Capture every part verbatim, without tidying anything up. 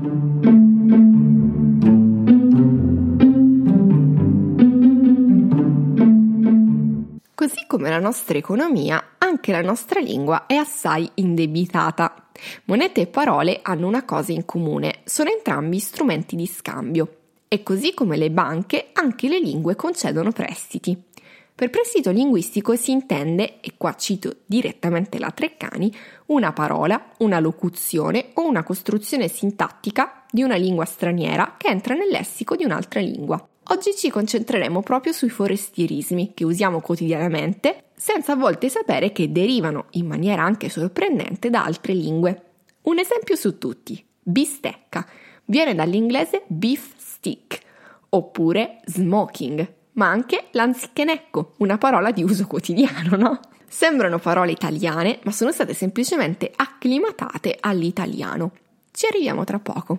Così come la nostra economia, anche la nostra lingua è assai indebitata. Monete e parole hanno una cosa in comune, sono entrambi strumenti di scambio. E così come le banche, anche le lingue concedono prestiti. Per prestito linguistico si intende, e qua cito direttamente la Treccani, una parola, una locuzione o una costruzione sintattica di una lingua straniera che entra nel lessico di un'altra lingua. Oggi ci concentreremo proprio sui forestierismi che usiamo quotidianamente, senza a volte sapere che derivano in maniera anche sorprendente da altre lingue. Un esempio su tutti: bistecca, viene dall'inglese beef stick, oppure smoking, ma anche lanzichenecco, una parola di uso quotidiano, no? Sembrano parole italiane, ma sono state semplicemente acclimatate all'italiano. Ci arriviamo tra poco.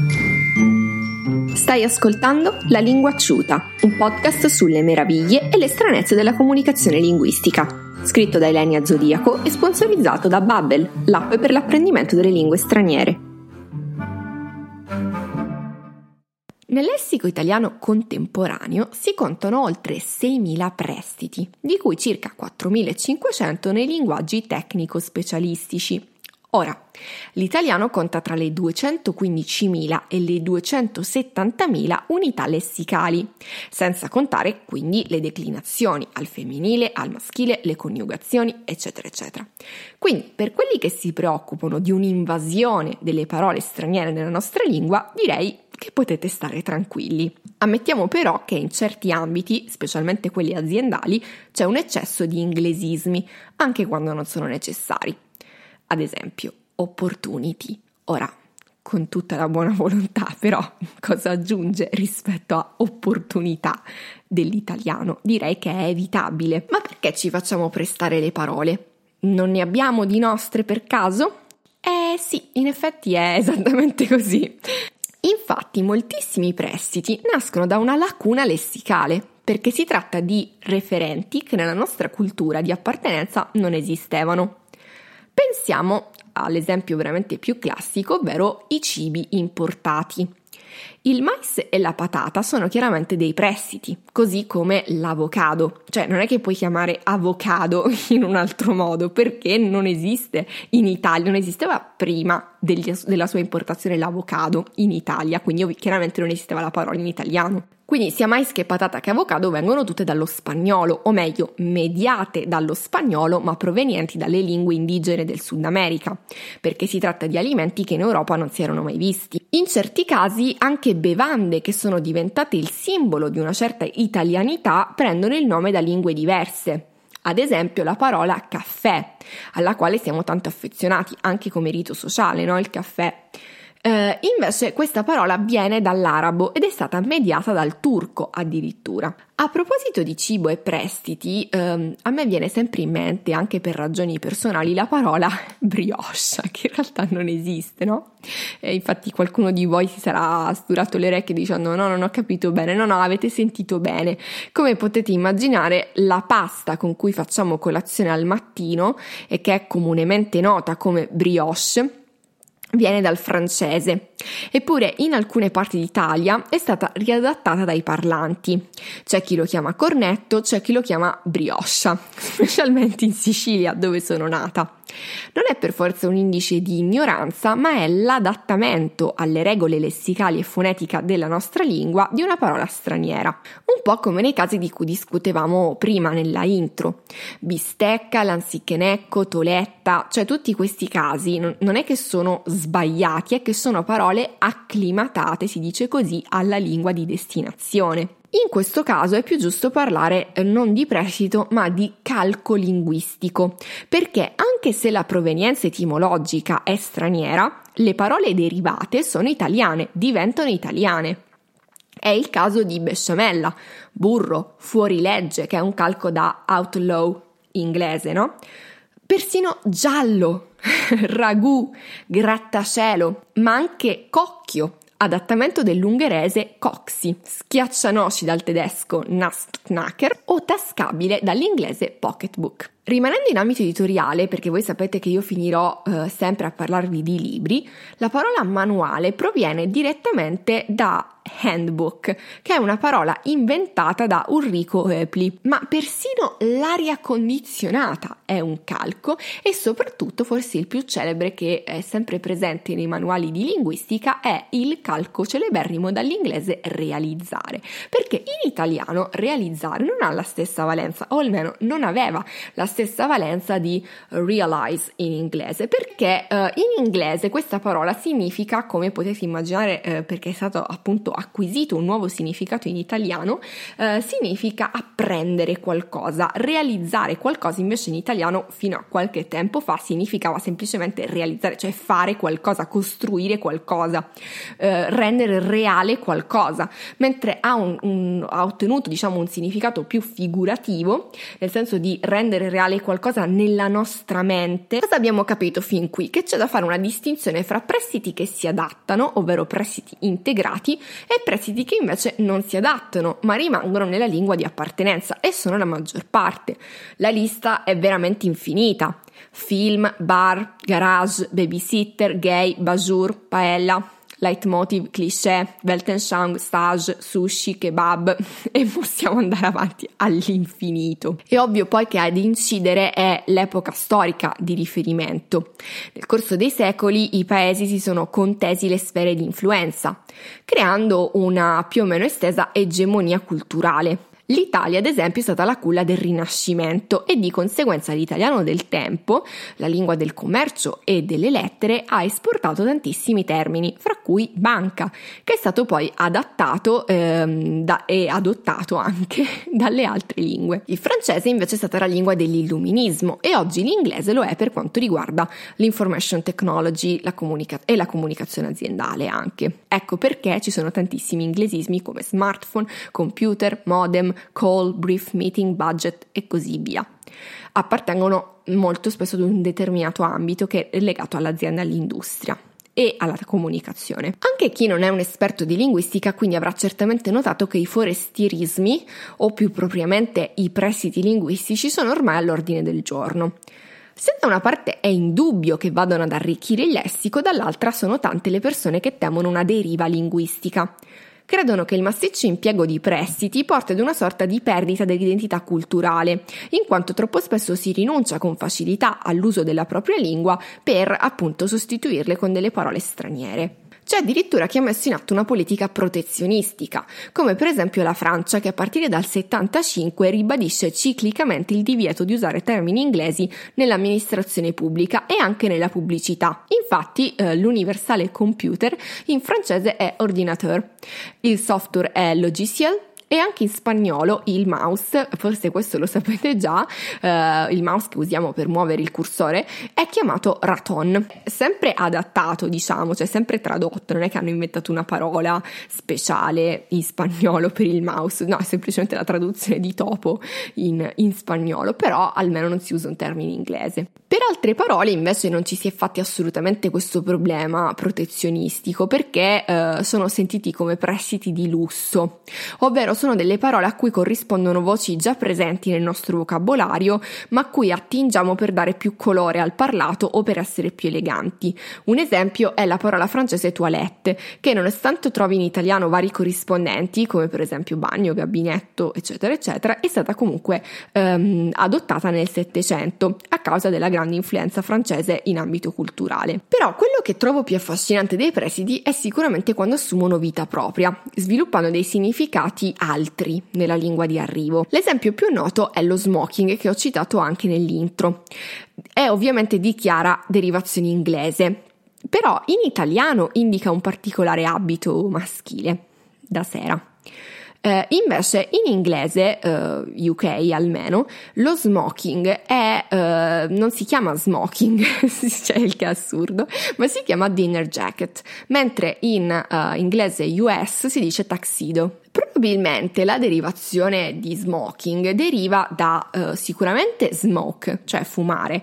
Stai ascoltando La Lingua Acciuta, un podcast sulle meraviglie e le stranezze della comunicazione linguistica, scritto da Ilenia Zodiaco e sponsorizzato da Babbel, l'app per l'apprendimento delle lingue straniere. Nel lessico italiano contemporaneo si contano oltre seimila prestiti, di cui circa quattromilacinquecento nei linguaggi tecnico-specialistici. Ora, l'italiano conta tra le duecentoquindicimila e le duecentosettantamila unità lessicali, senza contare quindi le declinazioni al femminile, al maschile, le coniugazioni, eccetera, eccetera. Quindi, per quelli che si preoccupano di un'invasione delle parole straniere nella nostra lingua, direi che potete stare tranquilli. Ammettiamo però che in certi ambiti, specialmente quelli aziendali, c'è un eccesso di inglesismi, anche quando non sono necessari. Ad esempio, opportunity. Ora, con tutta la buona volontà, però, cosa aggiunge rispetto a opportunità dell'italiano? Direi che è evitabile. Ma perché ci facciamo prestare le parole? Non ne abbiamo di nostre per caso? Eh sì, in effetti è esattamente così. Infatti, moltissimi prestiti nascono da una lacuna lessicale, perché si tratta di referenti che nella nostra cultura di appartenenza non esistevano. Pensiamo all'esempio veramente più classico, ovvero i cibi importati. Il mais e la patata sono chiaramente dei prestiti, così come l'avocado. Cioè non è che puoi chiamare avocado in un altro modo, perché non esiste in Italia, non esisteva prima degli, della sua importazione l'avocado in Italia, quindi chiaramente non esisteva la parola in italiano. Quindi sia mais che patata che avocado vengono tutte dallo spagnolo, o meglio, mediate dallo spagnolo ma provenienti dalle lingue indigene del Sud America, perché si tratta di alimenti che in Europa non si erano mai visti. In certi casi anche bevande che sono diventate il simbolo di una certa italianità prendono il nome da lingue diverse. Ad esempio la parola caffè, alla quale siamo tanto affezionati anche come rito sociale, no? Il caffè. Eh, invece questa parola viene dall'arabo ed è stata mediata dal turco addirittura. A proposito di cibo e prestiti, ehm, a me viene sempre in mente, anche per ragioni personali, la parola brioche, che in realtà non esiste, no? E infatti qualcuno di voi si sarà sturato le orecchie dicendo no, non ho capito bene, no, no, avete sentito bene. Come potete immaginare, la pasta con cui facciamo colazione al mattino e che è comunemente nota come brioche viene dal francese, eppure in alcune parti d'Italia è stata riadattata dai parlanti. C'è chi lo chiama cornetto, c'è chi lo chiama brioche, specialmente in Sicilia dove sono nata. Non è per forza un indice di ignoranza, ma è l'adattamento alle regole lessicali e fonetica della nostra lingua di una parola straniera, un po' come nei casi di cui discutevamo prima nella intro. Bistecca, lanzichenecco, toletta, cioè tutti questi casi non è che sono sbagliati, è che sono parole acclimatate, si dice così, alla lingua di destinazione. In questo caso è più giusto parlare non di prestito ma di calco linguistico, perché anche se la provenienza etimologica è straniera, le parole derivate sono italiane, diventano italiane. È il caso di besciamella, burro, fuorilegge, che è un calco da outlaw inglese, no? Persino giallo, ragù, grattacielo, ma anche cocchio, adattamento dell'ungherese Coxi, schiaccianoci dal tedesco Nastknacker o tascabile dall'inglese pocketbook. Rimanendo in ambito editoriale, perché voi sapete che io finirò eh, sempre a parlarvi di libri, la parola manuale proviene direttamente da handbook, che è una parola inventata da Ulrico Höpli, ma persino l'aria condizionata è un calco e soprattutto forse il più celebre che è sempre presente nei manuali di linguistica è il calco celeberrimo dall'inglese realizzare, perché in italiano realizzare non ha la stessa valenza, o almeno non aveva la stessa valenza di realize in inglese, perché uh, in inglese questa parola significa, come potete immaginare, uh, perché è stato appunto acquisito un nuovo significato in italiano, uh, significa apprendere qualcosa. Realizzare qualcosa invece in italiano fino a qualche tempo fa significava semplicemente realizzare, cioè fare qualcosa, costruire qualcosa, uh, rendere reale qualcosa, mentre ha, un, un, ha ottenuto diciamo un significato più figurativo, nel senso di rendere reale qualcosa nella nostra mente. Cosa abbiamo capito fin qui? Che c'è da fare una distinzione fra prestiti che si adattano, ovvero prestiti integrati, e prestiti che invece non si adattano, ma rimangono nella lingua di appartenenza, e sono la maggior parte. La lista è veramente infinita. Film, bar, garage, babysitter, gay, bajur, paella, leitmotiv, cliché, Weltanschauung, stage, sushi, kebab e possiamo andare avanti all'infinito. È ovvio poi che ad incidere è l'epoca storica di riferimento. Nel corso dei secoli i paesi si sono contesi le sfere di influenza, creando una più o meno estesa egemonia culturale. L'Italia, ad esempio, è stata la culla del Rinascimento e di conseguenza l'italiano del tempo, la lingua del commercio e delle lettere, ha esportato tantissimi termini, fra cui banca, che è stato poi adattato ehm, da, e adottato anche dalle altre lingue. Il francese invece è stata la lingua dell'illuminismo e oggi l'inglese lo è per quanto riguarda l'information technology la comunica- e la comunicazione aziendale anche. Ecco perché ci sono tantissimi inglesismi come smartphone, computer, modem, call, brief, meeting, budget e così via. Appartengono molto spesso ad un determinato ambito che è legato all'azienda e all'industria e alla comunicazione. Anche chi non è un esperto di linguistica quindi avrà certamente notato che i forestierismi, o più propriamente i prestiti linguistici, sono ormai all'ordine del giorno. Se da una parte è indubbio che vadano ad arricchire il lessico, dall'altra sono tante le persone che temono una deriva linguistica. Credono che il massiccio impiego di prestiti porti ad una sorta di perdita dell'identità culturale, in quanto troppo spesso si rinuncia con facilità all'uso della propria lingua per, appunto, sostituirle con delle parole straniere. C'è addirittura chi ha messo in atto una politica protezionistica, come per esempio la Francia, che a partire dal settantacinque ribadisce ciclicamente il divieto di usare termini inglesi nell'amministrazione pubblica e anche nella pubblicità. Infatti eh, l'universale computer in francese è ordinateur, il software è logiciel, e anche in spagnolo il mouse, forse questo lo sapete già, eh, il mouse che usiamo per muovere il cursore, è chiamato raton, sempre adattato diciamo, cioè sempre tradotto, non è che hanno inventato una parola speciale in spagnolo per il mouse, no, è semplicemente la traduzione di topo in, in spagnolo, però almeno non si usa un termine inglese. Per altre parole invece non ci si è fatti assolutamente questo problema protezionistico, perché eh, sono sentiti come prestiti di lusso, ovvero sono delle parole a cui corrispondono voci già presenti nel nostro vocabolario, ma a cui attingiamo per dare più colore al parlato o per essere più eleganti. Un esempio è la parola francese toilette, che nonostante trovi in italiano vari corrispondenti, come per esempio bagno, gabinetto, eccetera, eccetera, è stata comunque ehm, adottata nel Settecento a causa della grande influenza francese in ambito culturale. Però quello che trovo più affascinante dei prestiti è sicuramente quando assumono vita propria, sviluppando dei significati altri nella lingua di arrivo. L'esempio più noto è lo smoking, che ho citato anche nell'intro. È ovviamente di chiara derivazione inglese, però in italiano indica un particolare abito maschile, da sera. Eh, invece in inglese, eh, U K almeno, lo smoking è, eh, non si chiama smoking, cioè il che è assurdo, ma si chiama dinner jacket, mentre in eh, inglese U S si dice tuxedo. Probabilmente la derivazione di smoking deriva da eh, sicuramente smoke, cioè fumare,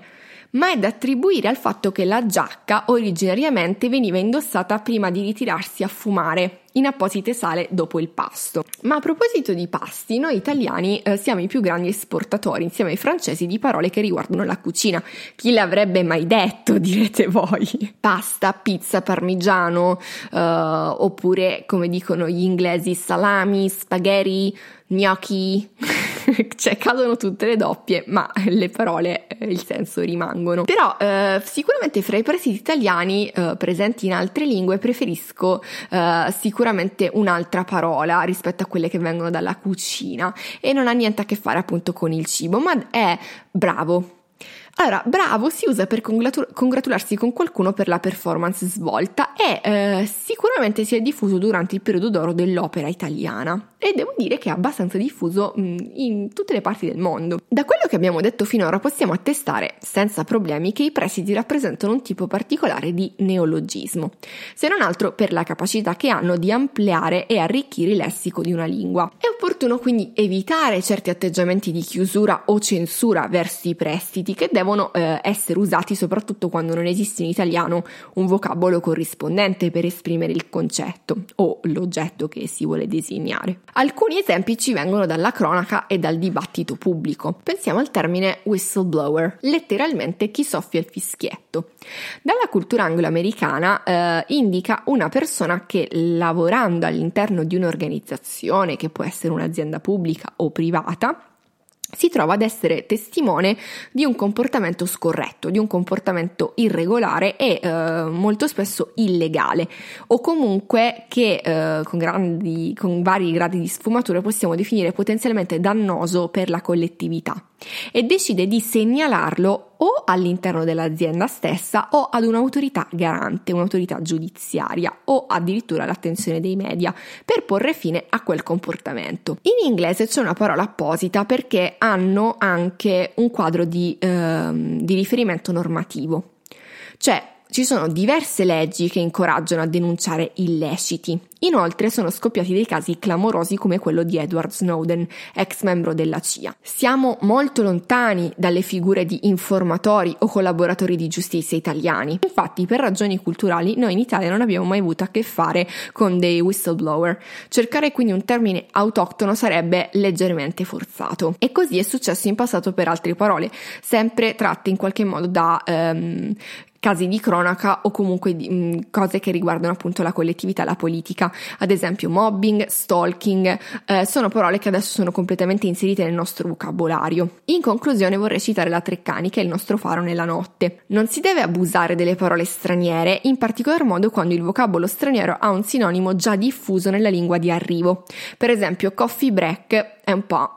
ma è da attribuire al fatto che la giacca originariamente veniva indossata prima di ritirarsi a fumare in apposite sale dopo il pasto. Ma a proposito di pasti, noi italiani eh, siamo i più grandi esportatori insieme ai francesi di parole che riguardano la cucina. Chi l'avrebbe mai detto, direte voi? Pasta, pizza, parmigiano, eh, oppure come dicono gli inglesi salami, spaghetti, gnocchi, cioè cadono tutte le doppie, ma le parole, eh, il senso rimangono. Però eh, sicuramente fra i prestiti italiani eh, presenti in altre lingue preferisco eh, sicuramente un'altra parola rispetto a quelle che vengono dalla cucina, e non ha niente a che fare appunto con il cibo, ma è bravo. Allora, bravo si usa per congratu- congratularsi con qualcuno per la performance svolta e eh, sicuramente si è diffuso durante il periodo d'oro dell'opera italiana, e devo dire che è abbastanza diffuso mh, in tutte le parti del mondo. Da quello che abbiamo detto finora possiamo attestare senza problemi che i prestiti rappresentano un tipo particolare di neologismo, se non altro per la capacità che hanno di ampliare e arricchire il lessico di una lingua. È opportuno quindi evitare certi atteggiamenti di chiusura o censura verso i prestiti che devono devono eh, essere usati soprattutto quando non esiste in italiano un vocabolo corrispondente per esprimere il concetto o l'oggetto che si vuole designare. Alcuni esempi ci vengono dalla cronaca e dal dibattito pubblico. Pensiamo al termine whistleblower, letteralmente chi soffia il fischietto. Dalla cultura anglo-americana eh, indica una persona che, lavorando all'interno di un'organizzazione, che può essere un'azienda pubblica o privata, si trova ad essere testimone di un comportamento scorretto, di un comportamento irregolare e eh, molto spesso illegale, o comunque che eh, con, grandi, con vari gradi di sfumature possiamo definire potenzialmente dannoso per la collettività, e decide di segnalarlo o all'interno dell'azienda stessa o ad un'autorità garante, un'autorità giudiziaria o addirittura all'attenzione dei media per porre fine a quel comportamento. In inglese c'è una parola apposita perché hanno anche un quadro di, ehm, di riferimento normativo, cioè ci sono diverse leggi che incoraggiano a denunciare illeciti. Inoltre sono scoppiati dei casi clamorosi come quello di Edward Snowden, ex membro della C I A. Siamo molto lontani dalle figure di informatori o collaboratori di giustizia italiani. Infatti, per ragioni culturali, noi in Italia non abbiamo mai avuto a che fare con dei whistleblower. Cercare quindi un termine autoctono sarebbe leggermente forzato. E così è successo in passato per altre parole, sempre tratte in qualche modo da Um, casi di cronaca o comunque di, mh, cose che riguardano appunto la collettività, la politica. Ad esempio mobbing, stalking, eh, sono parole che adesso sono completamente inserite nel nostro vocabolario. In conclusione vorrei citare la Treccani, che è il nostro faro nella notte. Non si deve abusare delle parole straniere, in particolar modo quando il vocabolo straniero ha un sinonimo già diffuso nella lingua di arrivo. Per esempio coffee break è un po'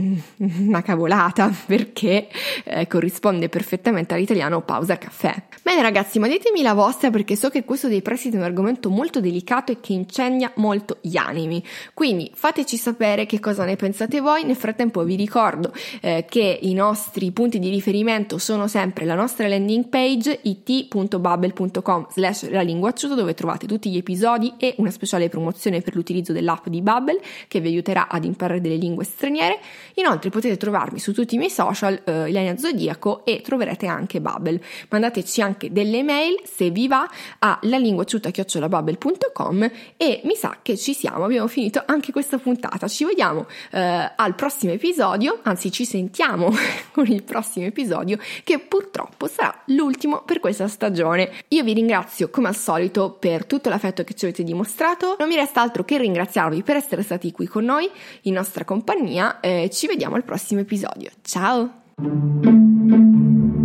una cavolata perché eh, corrisponde perfettamente all'italiano pausa caffè. Bene ragazzi, ma ditemi la vostra, perché so che questo dei prestiti è un argomento molto delicato e che incendia molto gli animi. Quindi fateci sapere che cosa ne pensate voi. Nel frattempo vi ricordo eh, che i nostri punti di riferimento sono sempre la nostra landing page it punto bubble punto com slash la linguacciuta, dove trovate tutti gli episodi e una speciale promozione per l'utilizzo dell'app di Bubble che vi aiuterà ad imparare delle lingue straniere. Inoltre potete trovarmi su tutti i miei social, eh, Ilenia Zodiaco, e troverete anche Bubble. Mandateci anche delle mail se vi va a lalinguacciuta chiocciola bubble punto com, e mi sa che ci siamo, abbiamo finito anche questa puntata. Ci vediamo eh, al prossimo episodio, anzi ci sentiamo con il prossimo episodio, che purtroppo sarà l'ultimo per questa stagione. Io vi ringrazio come al solito per tutto l'affetto che ci avete dimostrato, non mi resta altro che ringraziarvi per essere stati qui con noi in nostra compagnia. Eh, ci vediamo al prossimo episodio, ciao!